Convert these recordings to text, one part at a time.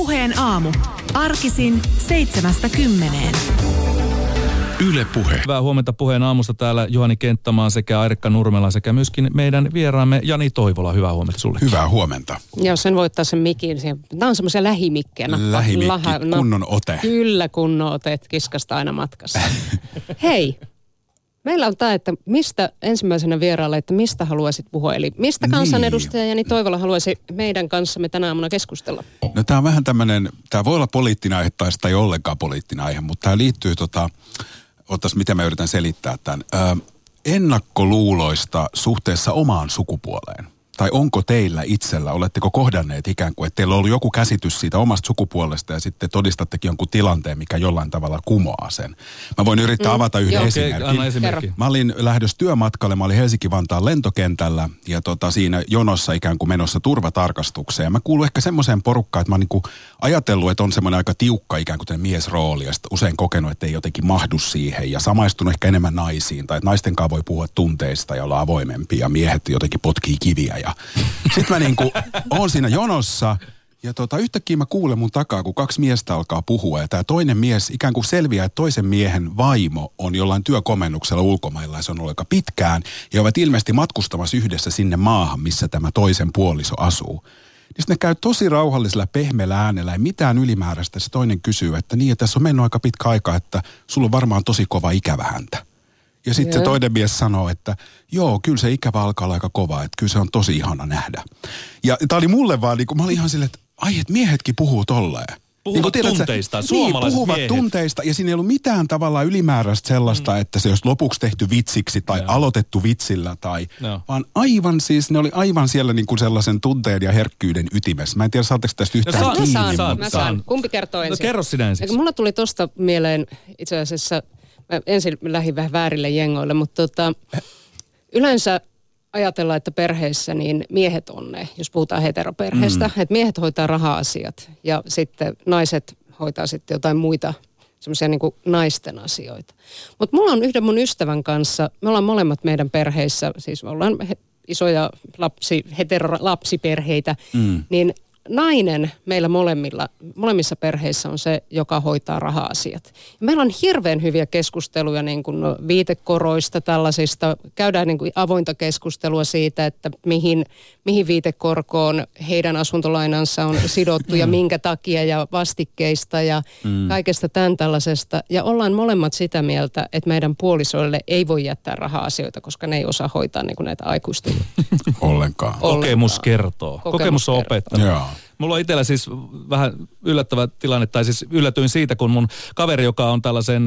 Puheen aamu. Arkisin 7-10. Yle Puhe. Hyvää huomenta Puheen aamusta täällä Juhani Kenttämaa sekä Airikka Nurmela sekä myöskin meidän vieraamme Jani Toivola. Hyvää huomenta sulle. Hyvää huomenta. Joo, sen voittaa sen mikin. Nämä on semmoisia lähimikkejä. Lähimikki, kunnon ote. Kyllä, kunnon ote, kiskasta aina matkassa. Hei, meillä on tämä, että mistä ensimmäisenä vieraalle, että mistä haluaisit puhua? Eli mistä kansanedustaja Jani Toivola haluaisi meidän kanssamme tänä aamuna keskustella? No tämä on vähän tämmöinen, tämä voi olla poliittinen aihe tai sitä ei ollenkaan poliittinen aihe, mutta tämä liittyy miten mä yritän selittää tämän, ennakkoluuloista suhteessa omaan sukupuoleen. Tai onko teillä itsellä, oletteko kohdanneet ikään kuin, että teillä on ollut joku käsitys siitä omasta sukupuolesta ja sitten todistattekin jonkun tilanteen, mikä jollain tavalla kumoaa sen. Mä voin yrittää avata yhden esimerkin. Anna esimerkki. Mä olin lähdössä työmatkalle, mä olin Helsinki-Vantaan lentokentällä ja siinä jonossa ikään kuin menossa turvatarkastukseen. Mä kuulun ehkä semmoiseen porukkaan, että mä oon niin kuin ajatellut, että on semmoinen aika tiukka ikään kuin miesrooli ja usein kokenut, että ei jotenkin mahdu siihen ja samaistunut ehkä enemmän naisiin tai että naisten kanssa voi puhua tunteista ja olla avoimempia ja miehet jotenkin potkii kiviä. Sitten mä niinku oon siinä jonossa ja yhtäkkiä mä kuulen mun takaa, kun kaksi miestä alkaa puhua ja tää toinen mies ikään kuin selviää, että toisen miehen vaimo on jollain työkomennuksella ulkomailla ja se on ollut aika pitkään ja ovat ilmeisesti matkustamassa yhdessä sinne maahan, missä tämä toisen puoliso asuu. Niin ne käy tosi rauhallisella pehmeällä äänellä ja mitään ylimääräistä. Se toinen kysyy, että niin, että tässä on mennyt aika pitkä aika, että sulla on varmaan tosi kova ikävä häntä. Ja sitten se toinen mies sanoo, että joo, kyllä se ikävä alkaa olla aika kova, että kyllä se on tosi ihana nähdä. Ja tää oli mulle vaan, niin mä olin ihan silleen, että ai, että miehetkin puhuu tolleen. Puhuvat niin tunteista, suomalaiset puhuvat miehet. Tunteista ja siinä ei ollut mitään tavallaan ylimääräistä sellaista, että se olisi lopuksi tehty vitsiksi tai aloitettu vitsillä vaan aivan siis, ne oli aivan siellä niin kuin sellaisen tunteen ja herkkyyden ytimessä. Mä en tiedä, saatteko tästä yhtään kiinni. Mä saan. Kumpi kertoo ensin? No kerro sinä ensin. Mulla tuli tosta mieleen itse asiassa, mä ensin lähdin vähän väärille jengoille, mutta yleensä ajatellaan, että perheissä niin miehet on ne, jos puhutaan heteroperheestä, että miehet hoitaa raha-asiat ja sitten naiset hoitaa sitten jotain muita semmoisia niin kuin naisten asioita. Mutta mulla on yhden mun ystävän kanssa, me ollaan molemmat meidän perheissä, siis me ollaan isoja heterolapsiperheitä, niin nainen meillä molemmissa perheissä on se, joka hoitaa raha-asiat. Ja meillä on hirveän hyviä keskusteluja niin kuin viitekoroista tällaisista. Käydään niin kuin avointa keskustelua siitä, että mihin viitekorkoon heidän asuntolainansa on sidottu ja minkä takia ja vastikkeista ja kaikesta tämän tällaisesta. Ja ollaan molemmat sitä mieltä, että meidän puolisoille ei voi jättää raha-asioita, koska ne ei osaa hoitaa niin kuin näitä aikuisten. Ollenkaan. Kokemus kertoo. Kokemus on opettanut. Joo. Mulla on itsellä siis vähän yllättävä tilanne, tai siis yllätyin siitä, kun mun kaveri, joka on tällaisen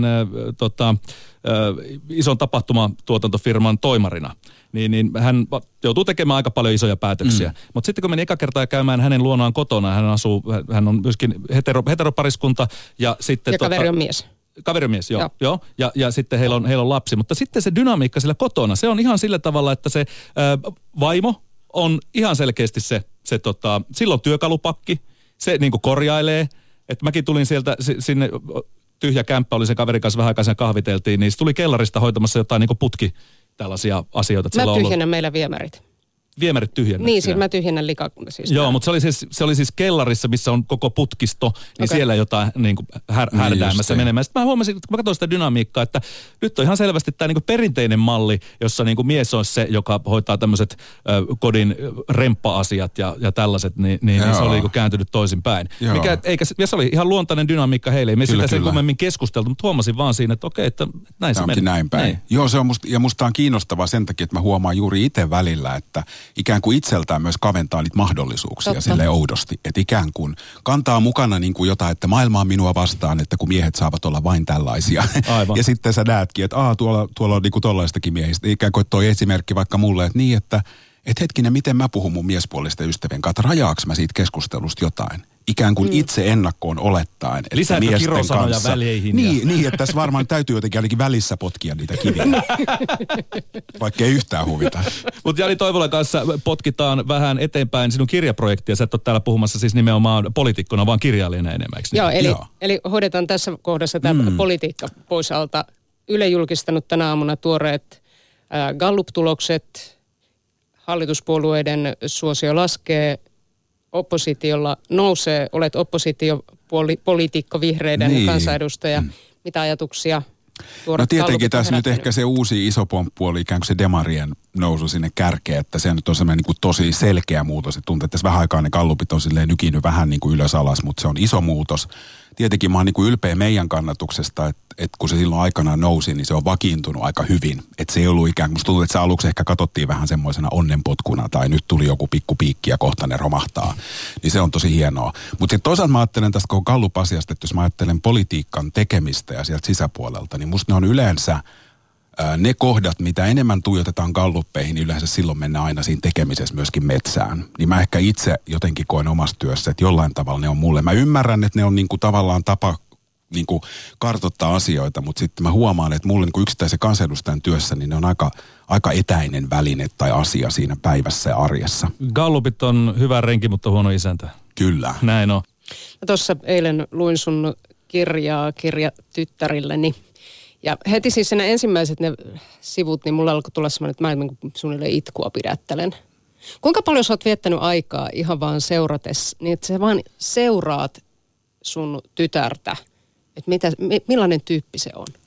ison tapahtumatuotantofirman toimarina, niin hän joutuu tekemään aika paljon isoja päätöksiä. Mutta sitten kun meni eka kertaa käymään hänen luonaan kotona, hän on myöskin heteropariskunta ja sitten... Ja kaveri on mies. Kaverimies, joo. Ja sitten heillä on lapsi. Mutta sitten se dynamiikka sillä kotona, se on ihan sillä tavalla, että se vaimo on ihan selkeästi silloin työkalupakki, se niinku korjailee, että mäkin tulin sieltä sinne, tyhjä kämppä oli sen kaverin kanssa vähän aikaa sen kahviteltiin, niin se tuli kellarista hoitamassa jotain niinku putki tällaisia asioita. Mä tyhjennän meillä viemärit. Viemärit tyhjennät. Niin, siis mä tyhjennän Joo, mutta se oli siis kellarissa, missä on koko putkisto, niin siellä jotain niin kuin härdäämässä menemään. Sitten mä huomasin, kun mä katsoin sitä dynamiikkaa, että nyt on ihan selvästi tämä niin kuin perinteinen malli, jossa niin kuin mies on se, joka hoitaa tämmöiset kodin remppa-asiat ja tällaiset, niin se oli niin kuin kääntynyt toisinpäin. Ja se oli ihan luontainen dynamiikka heille. Ei me sitä sen kummemmin keskusteltu, mutta huomasin vaan siinä, että okei, että näin se meni. Näin päin. Niin. Joo, se on musta on kiinnostavaa sen takia, että mä huomaan juuri itse välillä, että ikään kuin itseltään myös kaventaa niitä mahdollisuuksia silleen oudosti. Että ikään kuin kantaa mukana niin kuin jotain, että maailma on minua vastaan, että kun miehet saavat olla vain tällaisia. Ja sitten sä näetkin, että tuolla on niin kuin tollaistakin miehistä. Ikään kuin toi esimerkki vaikka mulle, että niin, että hetkinen, miten mä puhun mun miespuolisten ystävien kanssa, että rajaaks mä siitä keskustelusta jotain. Ikään kuin itse ennakkoon olettaen, että lisääkö miesten kirosanoja kanssa... väleihin? Niin, että tässä varmaan täytyy jotenkin ainakin välissä potkia niitä kiviä. Vaikka ei yhtään huvita. Mutta Jani Toivolan kanssa potkitaan vähän eteenpäin sinun kirjaprojektia. Sä et ole täällä puhumassa siis nimenomaan poliitikkona, vaan kirjailijana enemmän, eikö? Joo, eli hoidetaan tässä kohdassa tämä politiikka pois alta. Yle julkistanut tänä aamuna tuoreet Gallup-tulokset. Hallituspuolueiden suosio laskee. oppositiolla nousee, olet oppositiopoliitikko, vihreiden kansanedustaja. Mitä ajatuksia? No tietenkin tässä nyt ehkä se uusi iso pomppu oli ikään kuin se demarien nousu sinne kärkeen, että se nyt on semmoinen niin kuin tosi selkeä muutos. Että tuntuu, että tässä vähän aikaa ne gallupit on silleen nykinyt vähän niin kuin ylös alas, mutta se on iso muutos. Tietenkin mä oon niin kuin ylpeä meidän kannatuksesta, että kun se silloin aikanaan nousi, niin se on vakiintunut aika hyvin. Että se ei ollut ikään kuin, musta tuntuu, että se aluksi ehkä katsottiin vähän semmoisena onnenpotkuna, tai nyt tuli joku pikku piikki ja kohta ne romahtaa. Niin se on tosi hienoa. Mutta sitten toisaalta mä ajattelen tästä koko Gallup-asiasta, että jos mä ajattelen politiikan tekemistä ja sieltä sisäpuolelta, niin musta ne on yleensä ne kohdat, mitä enemmän tuijotetaan galluppeihin, niin yleensä silloin mennään aina siinä tekemisessä myöskin metsään. Niin mä ehkä itse jotenkin koen omassa työssä, että jollain tavalla ne on mulle. Mä ymmärrän, että ne on niinku tavallaan tapa niinku kartoittaa asioita, mutta sitten mä huomaan, että mulle niinku yksittäisen kansanedustajan työssä, niin ne on aika etäinen väline tai asia siinä päivässä ja arjessa. Gallupit on hyvä renki, mutta huono isäntä. Kyllä. Näin on. Mä tuossa eilen luin sun kirja tyttärilleni. Ja heti siis ne ensimmäiset ne sivut, niin mulla alkoi tulla semmoinen, että mä suunnilleen itkua pidättelen. Kuinka paljon sä oot viettänyt aikaa ihan vaan seurates, niin että sä vaan seuraat sun tytärtä, että millainen tyyppi se on?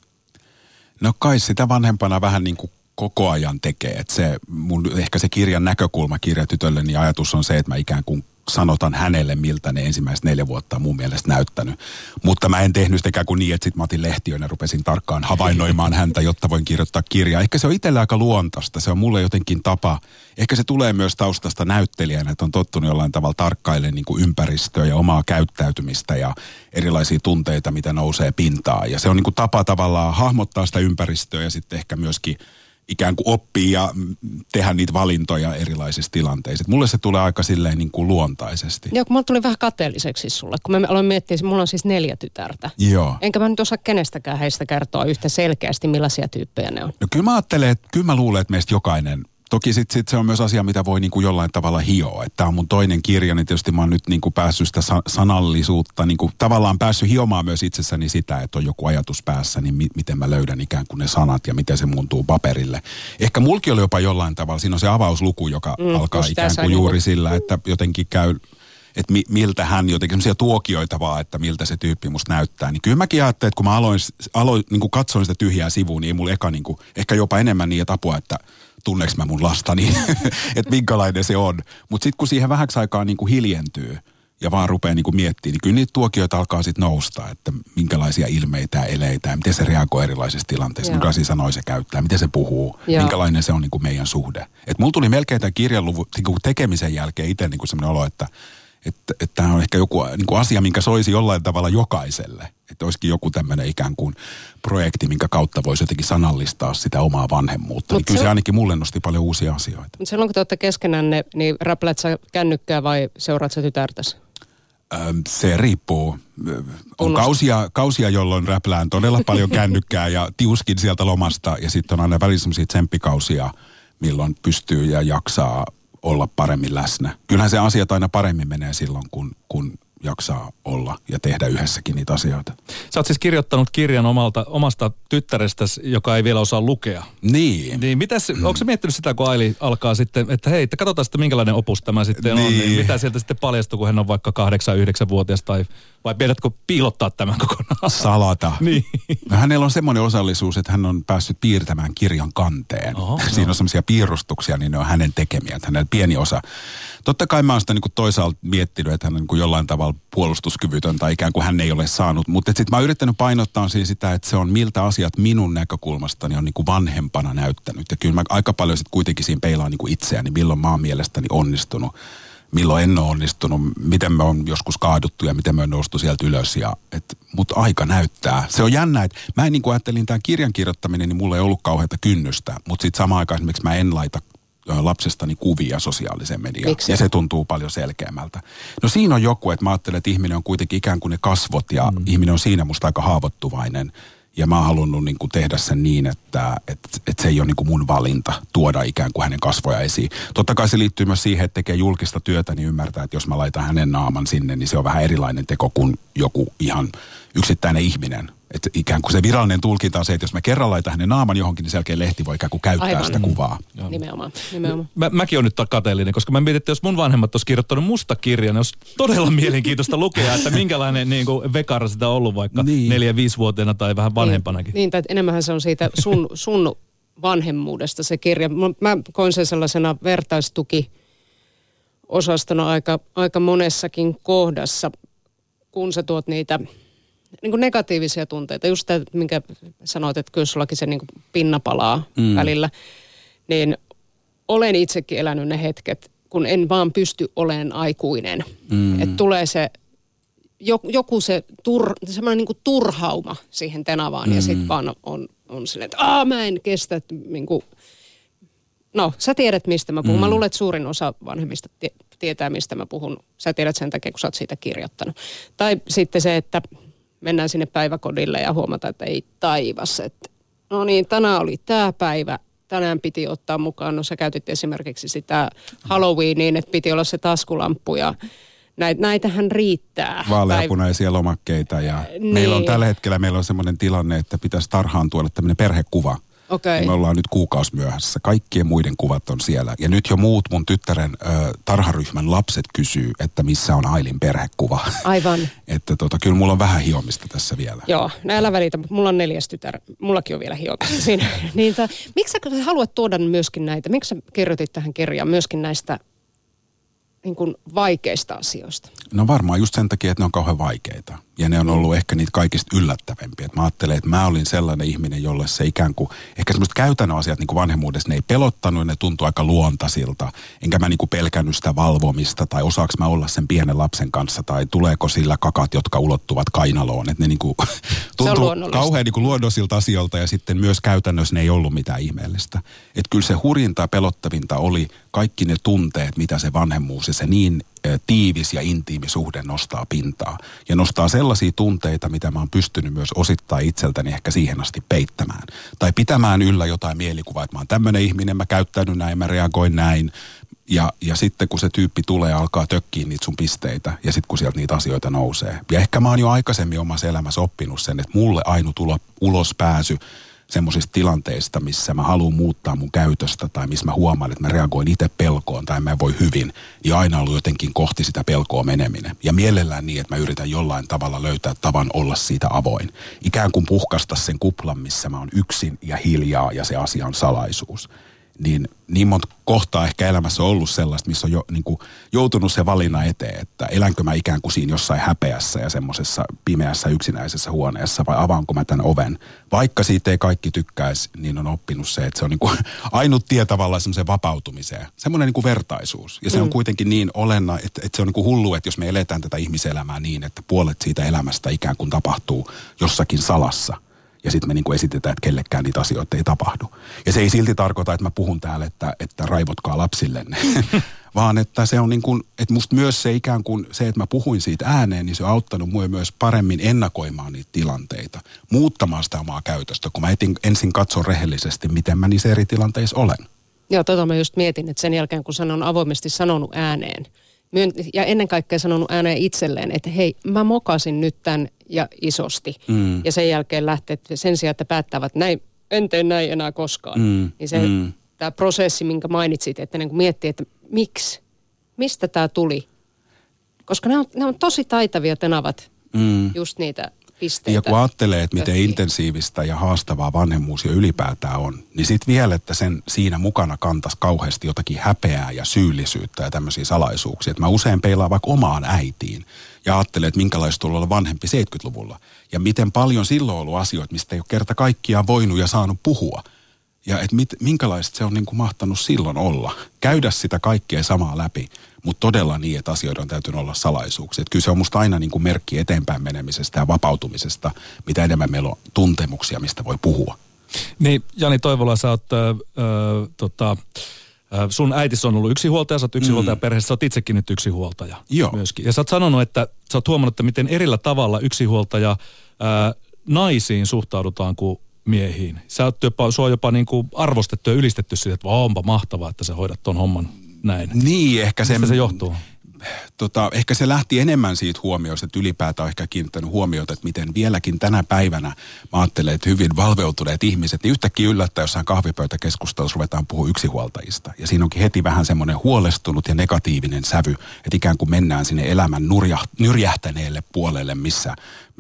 No kai sitä vanhempana vähän niin kuin koko ajan tekee. Että ehkä se kirjan näkökulma kirjatytölle, niin ajatus on se, että mä ikään kuin sanotan hänelle, miltä ne ensimmäiset 4 vuotta on mun mielestä näyttänyt. Mutta mä en tehnyt sitä ikään kuin niin, että sit mä otin lehtiön ja rupesin tarkkaan havainnoimaan häntä, jotta voin kirjoittaa kirjaa. Ehkä se on itselle aika luontaista. Se on mulle jotenkin tapa. Ehkä se tulee myös taustasta näyttelijänä, että on tottunut jollain tavalla tarkkailemaan niin kuin ympäristöä ja omaa käyttäytymistä ja erilaisia tunteita, mitä nousee pintaan. Ja se on niin kuin tapa tavallaan hahmottaa sitä ympäristöä ja sitten ehkä myöskin ikään kuin oppii ja tehdä niitä valintoja erilaisissa tilanteissa. Mulle se tulee aika silleen niin kuin luontaisesti. Joo, kun mulla tuli vähän kateelliseksi sulle, kun mä aloin miettiä, että mulla on siis 4 tytärtä. Joo. Enkä mä nyt osaa kenestäkään heistä kertoa yhtä selkeästi, millaisia tyyppejä ne on. No kyllä mä luulen, että meistä jokainen. Toki sit se on myös asia, mitä voi niin kuin jollain tavalla hioa. Että tämä on mun toinen kirja, niin tietysti mä oon nyt niin kuin päässyt sitä sanallisuutta, niin kuin tavallaan päässyt hiomaan myös itsessäni sitä, että on joku ajatus päässä, niin miten mä löydän ikään kuin ne sanat ja miten se muuntuu paperille. Ehkä mulki oli jopa jollain tavalla, siinä on se avausluku, joka alkaa ikään kuin juuri sillä, että jotenkin käy, että miltä hän jotenkin semmoisia tuokioita vaan, että miltä se tyyppi musta näyttää. Niin kyllä mäkin ajattelin, että kun mä aloin niin kuin katsoin sitä tyhjää sivua, niin ei mulla eka niin kuin, ehkä jopa enemmän niin, että apua, että tunneeko mä mun lastani, että minkälainen se on. Mutta sitten kun siihen vähäksi aikaa niin kuin hiljentyy ja vaan rupeaa niin kuin miettimään, niin kyllä niitä tuokioita alkaa sitten nousta, että minkälaisia ilmeitä ja eleitä ja miten se reagoi erilaisissa tilanteissa, minkälaisia sanoja se käyttää, miten se puhuu, minkälainen se on niin kuin meidän suhde. Että mulla tuli melkein tämän kirjan niin tekemisen jälkeen itse niin kuin sellainen olo, että tämä on ehkä joku niin kuin asia, minkä soisi jollain tavalla jokaiselle. Että olisikin joku tämmöinen ikään kuin projekti, minkä kautta voisi jotenkin sanallistaa sitä omaa vanhemmuutta. Niin kyllä se ainakin mulle nosti paljon uusia asioita. Mutta silloin kun te olette keskenänne, niin räpläät sä kännykkää vai seuraat sä tytärtäsi? Se riippuu. On kausia, jolloin räplään todella paljon kännykkää ja tiuskin sieltä lomasta. Ja sitten on aina välillä sellaisia tsemppikausia, milloin pystyy ja jaksaa olla paremmin läsnä. Kyllähän se asiat aina paremmin menee silloin, kun jaksaa olla ja tehdä yhdessäkin niitä asioita. Sä oot siis kirjoittanut kirjan omasta tyttärestäsi, joka ei vielä osaa lukea. Niin. Onko sä miettinyt sitä, kun Aili alkaa sitten, että hei, katsotaan sitten minkälainen opus tämä sitten on, niin mitä sieltä sitten paljastuu, kun hän on vaikka 8-9-vuotias vai pidätkö piilottaa tämän kokonaan? Salata. Niin. No, hänellä on semmoinen osallisuus, että hän on päässyt piirtämään kirjan kanteen. Siinä on semmoisia piirustuksia, niin ne on hänen tekemiä, että hänellä pieni osa. Totta kai mä oon sitä niin kuin toisaalta miettinyt, että hän on niin kuin jollain tavalla puolustuskyvytön tai ikään kuin hän ei ole saanut. Mutta sitten mä oon yrittänyt painottaa siinä sitä, että se on miltä asiat minun näkökulmastani on niin kuin vanhempana näyttänyt. Ja kyllä mä aika paljon sitten kuitenkin siinä peilaan niin kuin itseäni, milloin mä oon mielestäni onnistunut, milloin en ole onnistunut, miten me on joskus kaaduttu ja miten me on noustu sieltä ylös. Mutta aika näyttää. Se on jännä, että mä en niin kuin ajattelin tämän kirjan kirjoittaminen, niin mulla ei ollut kauheata kynnystä. Mutta sitten samaan aikaan esimerkiksi mä en laita lapsestani kuvia sosiaaliseen mediaan. Miksi? Ja se tuntuu paljon selkeämmältä. No siinä on joku, että mä ajattelen, että ihminen on kuitenkin ikään kuin ne kasvot ja ihminen on siinä musta aika haavoittuvainen. Ja mä oon halunnut niin kuin tehdä sen niin, että se ei ole niin kuin mun valinta tuoda ikään kuin hänen kasvoja esiin. Totta kai se liittyy myös siihen, että tekee julkista työtä, niin ymmärtää, että jos mä laitan hänen naaman sinne, niin se on vähän erilainen teko kuin joku ihan yksittäinen ihminen. Että ikään kuin se virallinen tulkinta on se, että jos mä kerran laitan hänen naaman johonkin, niin sen jälkeen lehti voi ikään kuin käyttää sitä kuvaa. Nimenomaan. Mäkin olen nyt kateellinen, koska mä mietin, että jos mun vanhemmat olisi kirjoittanut musta kirjan, niin olisi todella mielenkiintoista lukea, että minkälainen niin kuin vekara sitä on ollut vaikka 4-5-vuotiaana tai vähän vanhempanakin. Niin, tai enemmänhän se on siitä sun vanhemmuudesta se kirja. Mä koin sen sellaisena vertaistuki-osastona aika monessakin kohdassa, kun sä tuot niitä niin kuin negatiivisia tunteita. Just tämä, minkä sanoit, että kyllä sullakin se niin kuin pinna palaa välillä. Niin olen itsekin elänyt ne hetket, kun en vaan pysty olemaan aikuinen. Että tulee se joku semmoinen niin kuin turhauma siihen tenavaan ja sitten vaan on silleen, että mä en kestä, niin kuin, no sä tiedät mistä mä puhun. Mä luulen, että suurin osa vanhemmista tietää mistä mä puhun. Sä tiedät sen takia, kun sä oot siitä kirjoittanut. Tai sitten se, että mennään sinne päiväkodille ja huomataan, että ei taivas, että no niin, tänään oli tämä päivä. Tänään piti ottaa mukaan, no sä käytit esimerkiksi sitä Halloweeniin, että piti olla se taskulamppu ja näitähän riittää. Vaaleapunaisia lomakkeita ja meillä on tällä hetkellä semmoinen tilanne, että pitäisi tarhaan tuoda tämmöinen perhekuva. Okay. Me ollaan nyt kuukausi myöhässä. Kaikkien muiden kuvat on siellä. Ja nyt jo muut mun tyttären tarharyhmän lapset kysyy, että missä on Ailin perhekuva. Aivan. Että kyllä mulla on vähän hiomista tässä vielä. Joo, älä välitä, mutta mulla on 4. tytär. Mullakin on vielä hiomista siinä. Miksi sä haluat tuoda myöskin näitä? Miksi sä kirjoitit tähän kirjaan myöskin näistä niin kuin vaikeista asioista? No varmaan just sen takia, että ne on kauhean vaikeita. Ja ne on ollut ehkä niitä kaikista yllättävämpiä. Et mä ajattelen, että mä olin sellainen ihminen, jolle se ikään kuin, ehkä semmoiset käytännön asiat niin kuin vanhemmuudessa, ne ei pelottanut, ne tuntui aika luontaisilta. Enkä mä niin kuin pelkännyt sitä valvomista, tai osaaks mä olla sen pienen lapsen kanssa, tai tuleeko sillä kakat, jotka ulottuvat kainaloon. Että ne niin kuin tuntuu kauhean niin kuin luonnollisilta asioilta, ja sitten myös käytännössä ne ei ollut mitään ihmeellistä. Että kyllä se hurjinta ja pelottavinta oli kaikki ne tunteet, mitä se vanhemmuus ja se niin tiivis ja intiimi suhde nostaa pintaa. Ja nostaa sellaisia tunteita, mitä mä oon pystynyt myös osittain itseltäni ehkä siihen asti peittämään. Tai pitämään yllä jotain mielikuvaa, että mä oon tämmöinen ihminen, mä käyttäydyn näin, mä reagoin näin. Ja sitten kun se tyyppi tulee, alkaa tökkiä niitä sun pisteitä ja sitten kun sieltä niitä asioita nousee. Ja ehkä mä oon jo aikaisemmin omassa elämässä oppinut sen, että mulle ainut ulospääsy semmoisista tilanteista, missä mä haluan muuttaa mun käytöstä tai missä mä huomaan, että mä reagoin itse pelkoon tai mä en voi hyvin, niin aina ollut jotenkin kohti sitä pelkoa meneminen. Ja mielellään niin, että mä yritän jollain tavalla löytää tavan olla siitä avoin. Ikään kuin puhkaista sen kuplan, missä mä oon yksin ja hiljaa ja se asia on salaisuus. Niin monta kohtaa ehkä elämässä on ollut sellaista, missä on niin kuin joutunut se valinnan eteen, että elänkö mä ikään kuin siinä jossain häpeässä ja semmoisessa pimeässä yksinäisessä huoneessa vai avaanko mä tämän oven. Vaikka siitä ei kaikki tykkäisi, niin on oppinut se, että se on niin kuin ainut tie tavallaan semmoiseen vapautumiseen. Semmoinen niin kuin vertaisuus. Ja se on kuitenkin niin olennainen, että se on niin kuin hullu, että jos me eletään tätä ihmiselämää niin, että puolet siitä elämästä ikään kuin tapahtuu jossakin salassa. Ja sitten me niin kuin esitetään, että kellekään niitä asioita ei tapahdu. Ja se ei silti tarkoita, että mä puhun täällä, että raivotkaa lapsillenne. Vaan että se on niin kuin, että musta myös se ikään kuin se, että mä puhuin siitä ääneen, niin se on auttanut mua myös paremmin ennakoimaan niitä tilanteita. Muuttamaan sitä omaa käytöstä, kun mä ensin katson rehellisesti, miten mä niissä eri tilanteissa olen. Joo, mä just mietin, että sen jälkeen kun sanon avoimesti sanonut ääneen, ja ennen kaikkea sanonut ääneen itselleen, että hei, mä mokasin nyt tämän ja isosti. Ja sen jälkeen lähtee, sen sijaan, että päättävät, näin, en tee näin enää koskaan. Niin se, tämä prosessi, minkä mainitsit, että niin miettii, että mistä tämä tuli. Koska ne on tosi taitavia tenavat, just niitä pisteitä. Ja kun ajattelee, että miten intensiivistä ja haastavaa vanhemmuus jo ylipäätään on, niin sitten vielä, että sen siinä mukana kantaisi kauheasti jotakin häpeää ja syyllisyyttä ja tämmöisiä salaisuuksia. Että mä usein peilaan vaikka omaan äitiin ja ajattelen, että minkälaista on olla vanhempi 70-luvulla. Ja miten paljon silloin on ollut asioita, mistä ei ole kerta kaikkiaan voinut ja saanut puhua. Ja että minkälaista se on niin kuin mahtanut silloin olla. Käydä sitä kaikkea samaa läpi, mutta todella niin, että asioiden on täytynyt olla salaisuuksia. Että kyllä se on musta aina niin kuin merkki eteenpäin menemisestä ja vapautumisesta, mitä enemmän meillä on tuntemuksia, mistä voi puhua. Niin, Jani Toivola, sä oot, sun äitis on ollut yksinhuoltaja, sä oot yksinhuoltaja perheessä, sä oot itsekin nyt yksinhuoltaja. Joo. Myöskin. Ja sä oot sanonut, että sä oot huomannut, että miten erillä tavalla yksinhuoltaja naisiin suhtaudutaan kuin miehiin. Sua on jopa niin kuin arvostettu ja ylistetty siitä, että onpa mahtavaa, että sä hoidat ton homman näin. Niin, ehkä mistä se johtuu? ehkä se lähti enemmän siitä huomioista, että ylipäätään on ehkä kiinnittänyt huomiota, että miten vieläkin tänä päivänä mä ajattelen, että hyvin valveutuneet ihmiset, niin yhtäkkiä yllättää jossain kahvipöytäkeskustelussa ruvetaan puhua yksinhuoltajista. Ja siinä onkin heti vähän semmoinen huolestunut ja negatiivinen sävy, että ikään kuin mennään sinne elämän nyrjähtäneelle puolelle, missä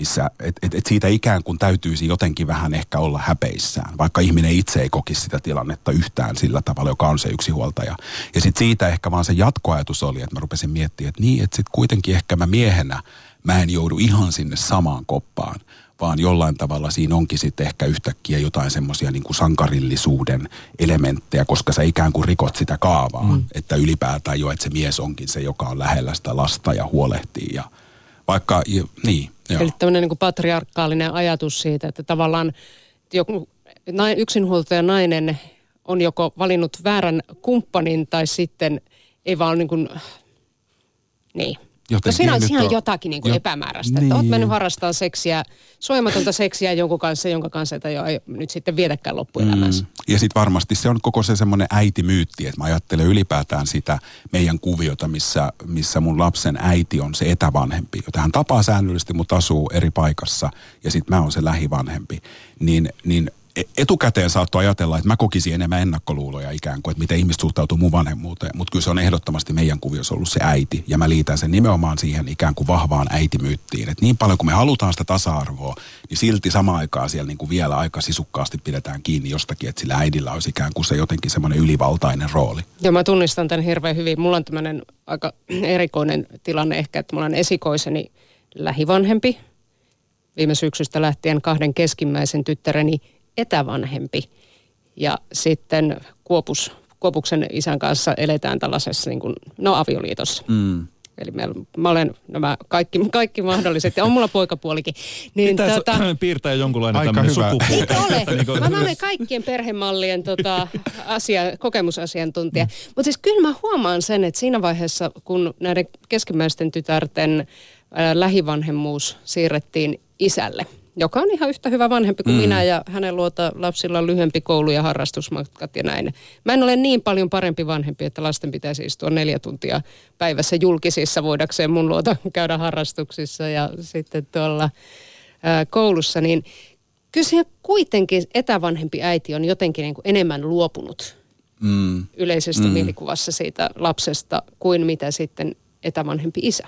siitä ikään kuin täytyisi jotenkin vähän ehkä olla häpeissään, vaikka ihminen itse ei kokisi sitä tilannetta yhtään sillä tavalla, joka on se yksinhuoltaja. Ja sitten siitä ehkä vaan se jatkoajatus oli, että mä rupesin miettimään, että niin, että sitten kuitenkin ehkä mä miehenä, mä en joudu ihan sinne samaan koppaan, vaan jollain tavalla siinä onkin sitten ehkä yhtäkkiä jotain semmoisia niin kuin sankarillisuuden elementtejä, koska sä ikään kuin rikot sitä kaavaa, että ylipäätään jo, että se mies onkin se, joka on lähellä sitä lasta ja huolehtii ja vaikka, niin. Joo. Eli tämmöinen niin kuin patriarkaalinen ajatus siitä, että tavallaan joku yksinhuoltaja nainen on joko valinnut väärän kumppanin tai sitten ei vaan niin kuin, niin. No siinä on ihan jotakin niin kuin epämääräistä, että oot mennyt harrastamaan seksiä, suojamatonta seksiä jonkun kanssa, jonka kanssa ei nyt sitten vietäkään loppuelämänsä. Ja sitten varmasti se on koko se semmoinen äitimyytti, että mä ajattelen ylipäätään sitä meidän kuviota, missä mun lapsen äiti on se etävanhempi, jota hän tapaa säännöllisesti, mutta asuu eri paikassa ja sitten mä oon se lähivanhempi, niin etukäteen saattoi ajatella, että mä kokisin enemmän ennakkoluuloja ikään kuin, että miten ihmiset suhtautuu mun vanhemmuuteen. Mutta kyllä se on ehdottomasti meidän kuviossa ollut se äiti. Ja mä liitän sen nimenomaan siihen ikään kuin vahvaan äitimyyttiin. Että niin paljon kuin me halutaan sitä tasa-arvoa, niin silti samaan aikaan siellä niin kuin vielä aika sisukkaasti pidetään kiinni jostakin, että sillä äidillä olisi ikään kuin se jotenkin semmoinen ylivaltainen rooli. Joo, mä tunnistan tämän hirveän hyvin. Mulla on tämmöinen aika erikoinen tilanne ehkä, että mulla on esikoiseni lähivanhempi. Viime syksystä lähtien 2 keskimmäisen tyttäreni etävanhempi ja sitten Kuopuksen isän kanssa eletään tällaisessa niin kuin, avioliitossa. Eli mä olen nämä kaikki mahdolliset ja on mulla poikapuolikin. Niin, pitäisi piirtää jonkunlainen tämmöinen sukupuoli. Eikö ole? Mä olen kaikkien perhemallien kokemusasiantuntija. Mutta siis kyllä mä huomaan sen, että siinä vaiheessa, kun näiden keskimmäisten tytärten lähivanhemmuus siirrettiin isälle, joka on ihan yhtä hyvä vanhempi kuin minä ja hänen luota lapsilla on lyhyempi koulu ja harrastusmatkat ja näin. Mä en ole niin paljon parempi vanhempi, että lasten pitäisi istua 4 tuntia päivässä julkisissa voidakseen mun luota käydä harrastuksissa ja sitten tuolla koulussa. Niin kyllä siellä kuitenkin etävanhempi äiti on jotenkin niin kuin enemmän luopunut yleisesti mielikuvassa siitä lapsesta kuin mitä sitten etävanhempi isä.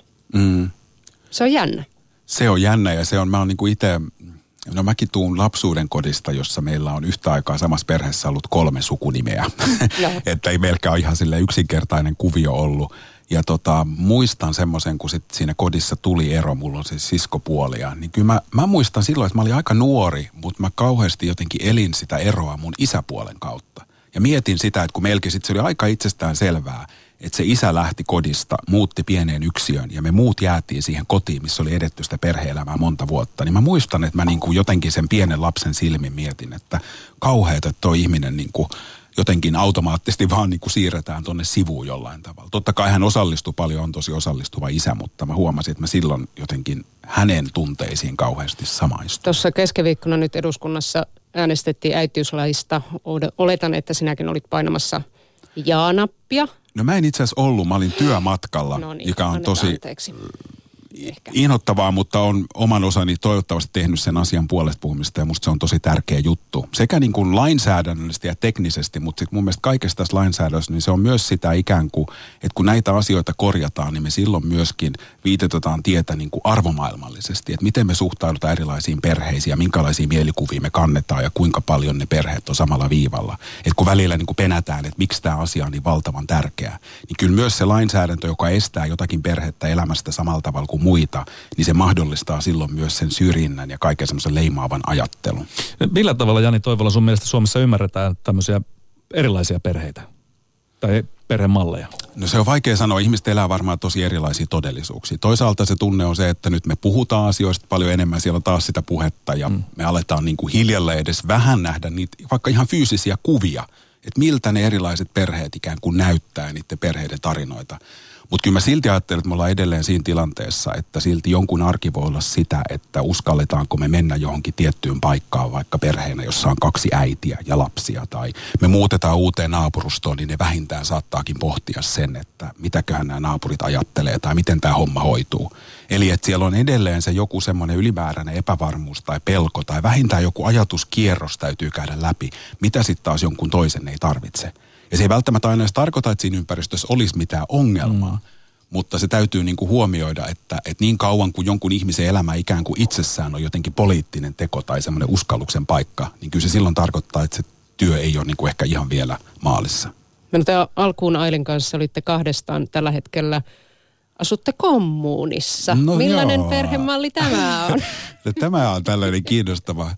Se on jännä. Se on jännä ja mä oon niinku itse, mäkin tuun lapsuuden kodista, jossa meillä on yhtä aikaa samassa perheessä ollut 3 sukunimeä. Että ei melkein ihan sille yksinkertainen kuvio ollut. Ja muistan semmoisen, kun sit siinä kodissa tuli ero, mulla on se siskopuolia. Niin kyllä mä muistan silloin, että mä olin aika nuori, mutta mä kauheasti jotenkin elin sitä eroa mun isäpuolen kautta. Ja mietin sitä, että kun meilläkin sit se oli aika itsestään selvää, että se isä lähti kodista, muutti pieneen yksiöön ja me muut jäätiin siihen kotiin, missä oli edetty sitä perhe-elämää monta vuotta. Niin mä muistan, että mä niinku jotenkin sen pienen lapsen silmin mietin, että kauheeta, että toi ihminen niinku jotenkin automaattisesti vaan niinku siirretään tonne sivuun jollain tavalla. Totta kai hän osallistui paljon, on tosi osallistuva isä, mutta mä huomasin, että mä silloin jotenkin hänen tunteisiin kauheasti samaistuin. Tuossa keskiviikkona nyt eduskunnassa äänestettiin äitiyslaista. Oletan, että sinäkin olit painamassa jaa-nappia. No mä en itse asiassa ollut, mä olin työmatkalla, joka on tosi inhottavaa, mutta on oman osani toivottavasti tehnyt sen asian puolesta puhumista ja musta se on tosi tärkeä juttu. Sekä niin kuin lainsäädännöllisesti ja teknisesti, mutta sitten mun mielestä kaikessa tässä lainsäädännössä, niin se on myös sitä ikään kuin, että kun näitä asioita korjataan, niin me silloin myöskin viitetetään tietä niin kuin arvomaailmallisesti, että miten me suhtaudutaan erilaisiin perheisiin ja minkälaisia mielikuvia me kannetaan ja kuinka paljon ne perheet on samalla viivalla. Että kun välillä niin kuin penätään, että miksi tämä asia on niin valtavan tärkeä, niin kyllä myös se lainsäädäntö, joka estää jotakin perhettä elämästä samalla tavalla kuin muita, niin se mahdollistaa silloin myös sen syrjinnän ja kaiken semmoisen leimaavan ajattelun. Millä tavalla, Jani Toivola, sun mielestä Suomessa ymmärretään tämmöisiä erilaisia perheitä tai perhemalleja? No se on vaikea sanoa. Ihmiset elää varmaan tosi erilaisia todellisuuksia. Toisaalta se tunne on se, että nyt me puhutaan asioista paljon enemmän. Siellä on taas sitä puhetta ja me aletaan niin kuin hiljalleen edes vähän nähdä niitä vaikka ihan fyysisiä kuvia, että miltä ne erilaiset perheet ikään kuin näyttää niiden perheiden tarinoita. Mutta kyllä mä silti ajattelen, että me ollaan edelleen siinä tilanteessa, että silti jonkun arki voi olla sitä, että uskalletaanko me mennä johonkin tiettyyn paikkaan vaikka perheenä, jossa on 2 äitiä ja lapsia. Tai me muutetaan uuteen naapurustoon, niin ne vähintään saattaakin pohtia sen, että mitäköhän nämä naapurit ajattelee tai miten tämä homma hoituu. Eli että siellä on edelleen se joku semmoinen ylimääräinen epävarmuus tai pelko tai vähintään joku ajatuskierros täytyy käydä läpi, mitä sitten taas jonkun toisen ei tarvitse. Ja se ei välttämättä aina edes tarkoita, että siinä ympäristössä olisi mitään ongelmaa, mutta se täytyy niin kuin huomioida, että niin kauan kuin jonkun ihmisen elämä ikään kuin itsessään on jotenkin poliittinen teko tai semmoinen uskalluksen paikka, niin kyllä se silloin tarkoittaa, että se työ ei ole niin kuin ehkä ihan vielä maalissa. Alkuun Ailin kanssa olitte kahdestaan tällä hetkellä. Asutte kommunissa. No millainen perhemalli tämä on? Tämä on tällainen kiinnostava.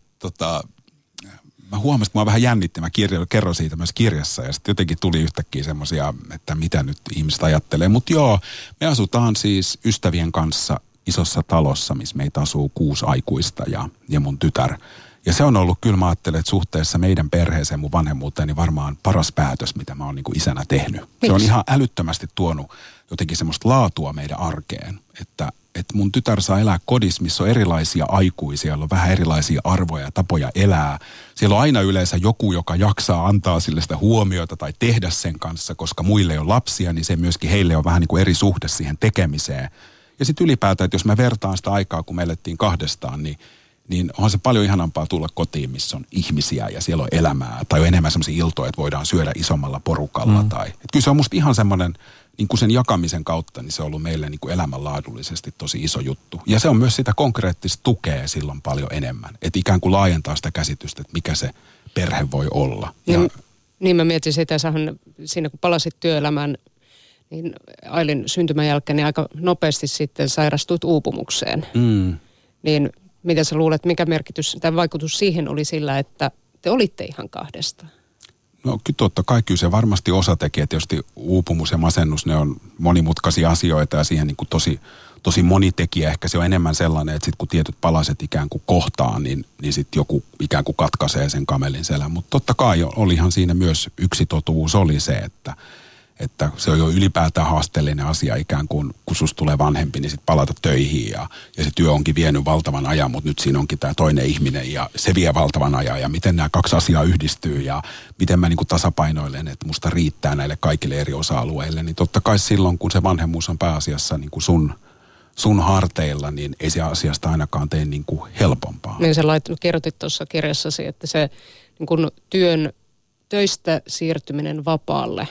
Mä huomasin, että mä vähän jännitti. Mä kerron siitä myös kirjassa ja sitten jotenkin tuli yhtäkkiä semmoisia, että mitä nyt ihmiset ajattelee. Mutta joo, me asutaan siis ystävien kanssa isossa talossa, missä meitä asuu 6 aikuista ja mun tytär. Ja se on ollut, kyllä mä ajattelen, että suhteessa meidän perheeseen, mun vanhemmuuteen, niin varmaan paras päätös, mitä mä oon niin kuin isänä tehnyt. Se on ihan älyttömästi tuonut jotenkin semmoista laatua meidän arkeen, että mun tytär saa elää kodissa, missä on erilaisia aikuisia, siellä on vähän erilaisia arvoja ja tapoja elää. Siellä on aina yleensä joku, joka jaksaa antaa sille sitä huomiota tai tehdä sen kanssa, koska muille ei ole lapsia, niin se myöskin heille on vähän niin kuin eri suhde siihen tekemiseen. Ja sitten ylipäätään, että jos mä vertaan sitä aikaa, kun me elettiin kahdestaan, niin onhan se paljon ihanampaa tulla kotiin, missä on ihmisiä ja siellä on elämää. Tai on enemmän semmoisia iltoja, että voidaan syödä isommalla porukalla. Kyllä se on musta ihan semmoinen, niin kuin sen jakamisen kautta, niin se on ollut meille niin kuin elämänlaadullisesti tosi iso juttu. Ja se on myös sitä konkreettista tukea silloin paljon enemmän. Että ikään kuin laajentaa sitä käsitystä, että mikä se perhe voi olla. Niin mä mietin sitä, siinä kun palasit työelämään, niin Ailin syntymän jälkeen niin aika nopeasti sitten sairastuit uupumukseen. Niin mitä sä luulet, mikä merkitys tai vaikutus siihen oli sillä, että te olitte ihan kahdestaan? No kyllä totta kai, kyllä se varmasti osatekijä. Tietysti uupumus ja masennus, ne on monimutkaisia asioita ja siihen niin kuin tosi monitekijä. Ehkä se on enemmän sellainen, että sitten kun tietyt palaset ikään kuin kohtaa, niin sitten joku ikään kuin katkaisee sen kamelin selän. Mutta totta kai olihan siinä myös yksi totuus oli se, että se on jo ylipäätään haasteellinen asia ikään kuin, kun susta tulee vanhempi, niin sitten palata töihin ja se työ onkin vienyt valtavan ajan, mutta nyt siinä onkin tämä toinen ihminen ja se vie valtavan ajan ja miten nämä 2 asiaa yhdistyy ja miten mä niin kuin tasapainoilen, että musta riittää näille kaikille eri osa-alueille, niin totta kai silloin, kun se vanhemmuus on pääasiassa niin kuin sun harteilla, niin ei se asiasta ainakaan tee niin kuin helpompaa. Niin sä kirjoitit tuossa kirjassasi, että se niin kuin töistä siirtyminen vapaalle,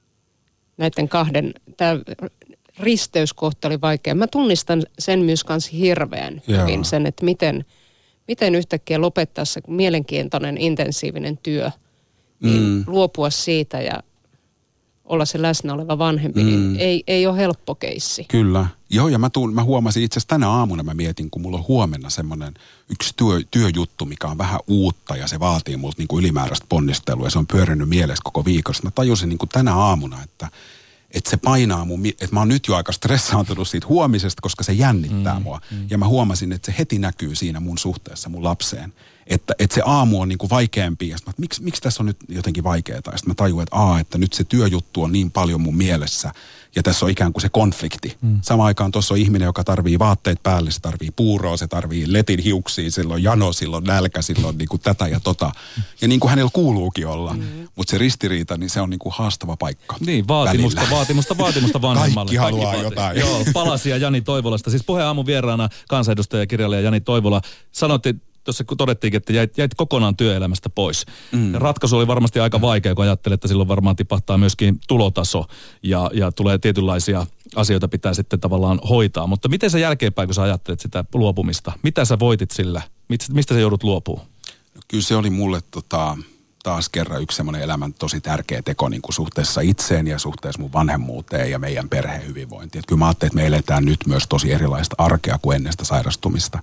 näiden 2, tämä risteyskohta oli vaikea. Mä tunnistan sen myös kanssa hirveän hyvin sen, että miten yhtäkkiä lopettaa se mielenkiintoinen, intensiivinen työ, niin luopua siitä ja olla se läsnä oleva vanhempi, niin ei ole helppo keissi. Kyllä. Joo, ja mä huomasin itse asiassa tänä aamuna, mä mietin, kun mulla on huomenna semmoinen yksi työjuttu, mikä on vähän uutta ja se vaatii multa niin kuin ylimääräistä ponnistelua ja se on pyörinyt mielessä koko viikossa. Mä tajusin niin kuin tänä aamuna, että se painaa että mä oon nyt jo aika stressaantunut siitä huomisesta, koska se jännittää mua. Ja mä huomasin, että se heti näkyy siinä mun suhteessa mun lapseen. Että se aamu on niin kuin vaikeampi ja sitten miksi tässä on nyt jotenkin vaikeaa. Ja sitten mä tajuin, että nyt se työjuttu on niin paljon mun mielessä ja tässä on ikään kuin se konflikti. Samaan aikaan tuossa on ihminen, joka tarvii vaatteet päälle, se tarvii puuroa, se tarvii letin hiuksia, silloin jano, silloin nälkä, silloin niin kuin tätä ja tota. Ja niin kuin hänellä kuuluukin olla. Mutta se ristiriita, niin se on niin kuin haastava paikka. Niin, vaatimusta vanhemmalle. Kaikki haluaa jotain. Joo, Palasia Jani Toivolasta. Siis Puheen aamun vieraana kansanedustaja ja kirjailija Jani Toivola. Sanoitte, tuossa kun todettiinkin, että jäit kokonaan työelämästä pois. Ratkaisu oli varmasti aika vaikea, kun ajattelee, että silloin varmaan tipahtaa myöskin tulotaso ja tulee tietynlaisia asioita pitää sitten tavallaan hoitaa. Mutta miten sä jälkeenpäin, kun sä ajattelet sitä luopumista, mitä sä voitit sillä? Mistä sä joudut luopumaan? No, kyllä se oli mulle taas kerran yksi semmoinen elämän tosi tärkeä teko niin kuin suhteessa itseen ja suhteessa mun vanhemmuuteen ja meidän perheen hyvinvointiin. Kyllä mä ajattelin, että me eletään nyt myös tosi erilaista arkea kuin ennen sitä sairastumista.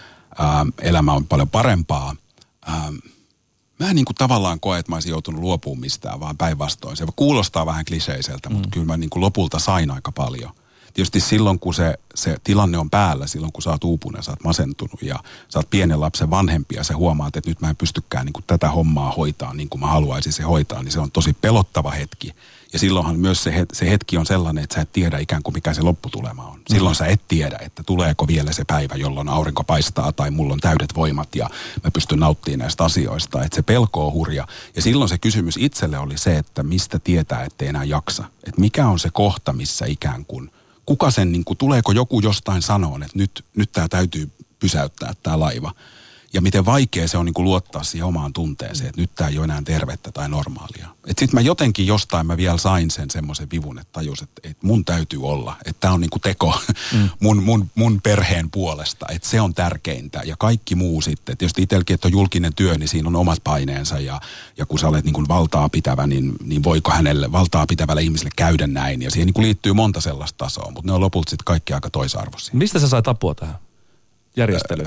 Elämä on paljon parempaa. Mä en niin kuin tavallaan koe, että mä olisin joutunut luopumaan mistään, vaan päinvastoin. Se kuulostaa vähän kliseiseltä, mutta kyllä mä niin kuin lopulta sain aika paljon. tietysti silloin, kun se tilanne on päällä, silloin kun sä oot uupunut ja sä oot masentunut ja sä oot pienen lapsen vanhempi ja sä huomaat, että nyt mä en pystykään niin kuin tätä hommaa hoitaa niin kuin mä haluaisin se hoitaa, niin se on tosi pelottava hetki. Ja silloinhan myös se hetki on sellainen, että sä et tiedä ikään kuin mikä se lopputulema on. Silloin sä et tiedä, että tuleeko vielä se päivä, jolloin aurinko paistaa tai mulla on täydet voimat ja mä pystyn nauttimaan näistä asioista. Että se pelko on hurja. Ja silloin se kysymys itselle oli se, että mistä tietää, ettei enää jaksa. Että mikä on se kohta, missä ikään kuin, kuka sen, niin kuin, tuleeko joku jostain sanoon, että nyt tää täytyy pysäyttää tää laiva. Ja miten vaikea se on niin kuin luottaa siihen omaan tunteeseen, että nyt tämä ei ole enää tervettä tai normaalia. Että sitten mä jotenkin jostain mä vielä sain sen semmoisen vivun, että tajus, että mun täytyy olla. Että tämä on niin kuin teko mun perheen puolesta. Että se on tärkeintä ja kaikki muu sitten. Tietysti itselläkin, että on julkinen työ, niin siinä on omat paineensa. Ja kun sä olet niin kuin valtaa pitävä, niin voiko hänelle valtaa pitävälle ihmiselle käydä näin. Ja siihen niin kuin liittyy monta sellaista tasoa, mutta ne on lopulta sitten kaikki aika toisarvoisia. Mistä sä sait apua tähän järjestelyyn?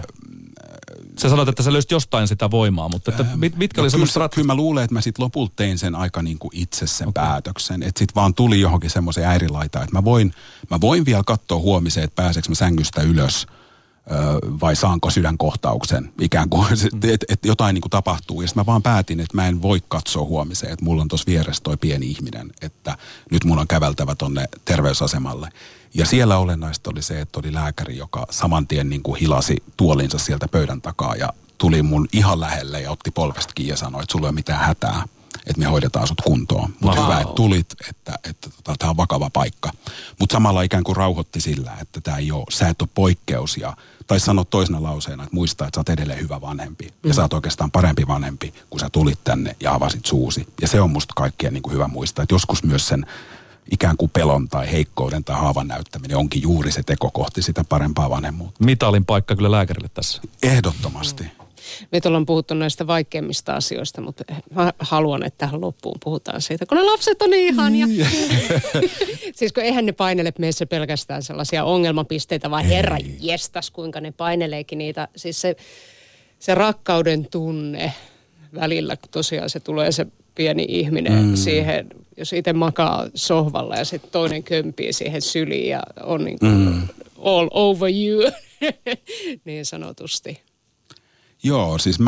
Sä sanoit, että sä löysit jostain sitä voimaa, mutta että mitkä oli semmoista Kyllä mä luulen, että mä sit lopulta tein sen aika niin kuin itse sen päätöksen. Että sit vaan tuli johonkin semmoiseen äirilaitaan, että mä voin vielä katsoa huomiseen, että pääseekö mä sängystä ylös vai saanko sydänkohtauksen ikään kuin, että jotain niin kuin tapahtuu. Ja sitten mä vaan päätin, että mä en voi katsoa huomiseen, että mulla on tuossa vieressä toi pieni ihminen, että nyt mun on käveltävä tonne terveysasemalle. Ja siellä olennaista oli se, että oli lääkäri, joka saman tien niin kuin hilasi tuolinsa sieltä pöydän takaa ja tuli mun ihan lähelle ja otti polvesta kiinni ja sanoi, että sulla ei ole mitään hätää, että me hoidetaan sut kuntoon. Mutta hyvä, että tulit, että tämä on vakava paikka. Mutta samalla ikään kuin rauhoitti sillä, että tämä ei ole, sä et ole poikkeus tai sanoa toisena lauseena, että muista, että sä oot edelleen hyvä vanhempi. Ja sä oot oikeastaan parempi vanhempi, kun sä tulit tänne ja avasit suusi. Ja se on musta kaikkien niin kuin hyvä muistaa, että joskus myös sen ikään kuin pelon tai heikkouden tai haavan näyttäminen onkin juuri se teko kohti sitä parempaa vanhemmuutta. Mitalin paikka kyllä lääkärille tässä. Ehdottomasti. Me ollaan puhuttu näistä vaikeimmista asioista, mutta mä haluan, että tähän loppuun puhutaan siitä, kun ne lapset on niin ihania. Siis kun eihän ne painele meissä pelkästään sellaisia ongelmapisteitä, vaan herra jestas, kuinka ne paineleekin niitä. Siis se rakkauden tunne välillä, kun tosiaan se tulee se pieni ihminen siihen, jos itse makaa sohvalla ja sitten toinen kömpii siihen syliin ja on niin kuin all over you, niin sanotusti. Joo, siis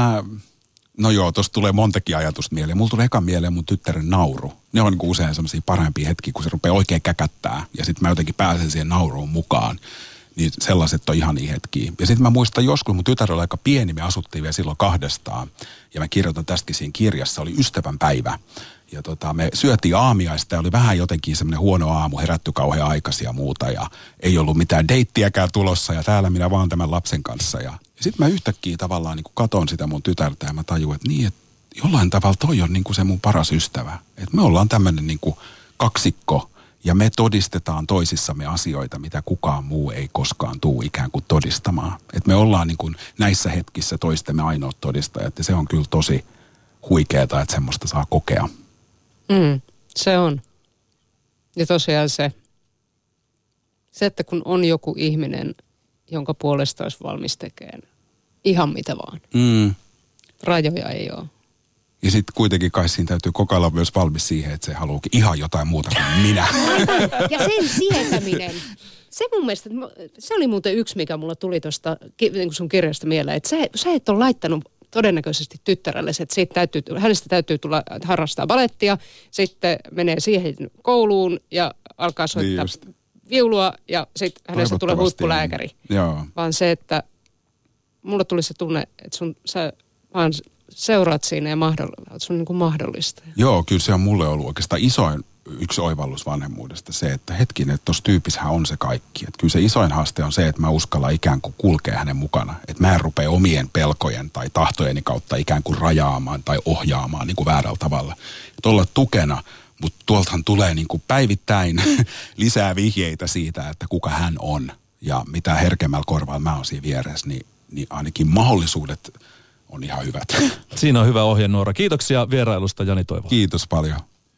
tuossa tulee montakin ajatusta mieleen. Mulla tulee eka mieleen mun tyttären nauru. Ne on niin kuin usein semmoisia parempia hetkiä, kun se rupeaa oikein käkättää ja sitten mä jotenkin pääsen siihen nauruun mukaan. Niin sellaiset on ihan niin hetkiä. Ja sitten mä muistan joskus, mun tytär oli aika pieni, me asuttiin vielä silloin 2 ja mä kirjoitan tästäkin siinä kirjassa, oli ystävänpäivä. Ja me syötiin aamiaista ja oli vähän jotenkin semmoinen huono aamu, herätty kauhean aikaisin ja muuta ja ei ollut mitään deittiäkään tulossa ja täällä minä vaan tämän lapsen kanssa. Ja sitten mä yhtäkkiä tavallaan niin kuin katon sitä mun tytärtä ja mä tajuin, että niin, että jollain tavalla toi on niin kuin se mun paras ystävä. Että me ollaan tämmöinen niin kuin kaksikko ja me todistetaan toisissamme asioita, mitä kukaan muu ei koskaan tule ikään kuin todistamaan. Että me ollaan niin kuin näissä hetkissä toistemme ainoat todistajat ja se on kyllä tosi huikeeta, että semmoista saa kokea. Se on. Ja tosiaan se, että kun on joku ihminen, jonka puolesta olisi valmis tekemään ihan mitä vaan. Rajoja ei ole. Ja sitten kuitenkin kai siinä täytyy koko ajan myös valmis siihen, että se haluukin ihan jotain muuta kuin minä. Ja sen sietäminen. Se mun mielestä, se oli muuten yksi, mikä mulla tuli tuosta niin sun kirjasta mieleen, että sä et ole laittanut todennäköisesti tyttärelle, että hänestä täytyy tulla harrastaa balettia, sitten menee siihen kouluun ja alkaa soittaa viulua ja sitten hänestä tulee huippulääkäri. Joo. Vaan se, että mulla tuli se tunne, että sä vaan seuraat siinä ja sun niin kuin mahdollista. Joo, kyllä se on mulle ollut oikeastaan isoin yksi oivallus vanhemmuudesta se, että hetkinen, että tuossa tyypissähän on se kaikki. Että kyllä se isoin haaste on se, että mä uskallan ikään kuin kulkea hänen mukana. Että mä en rupea omien pelkojen tai tahtojeni kautta ikään kuin rajaamaan tai ohjaamaan niin kuin väärällä tavalla. Että olla tukena, mutta tuoltahan tulee niin kuin päivittäin lisää vihjeitä siitä, että kuka hän on. Ja mitä herkemmällä korvalla mä oon siinä vieressä, niin ainakin mahdollisuudet on ihan hyvät. Siinä on hyvä ohjenuora. Kiitoksia vierailusta, Jani Toivola. Kiitos paljon.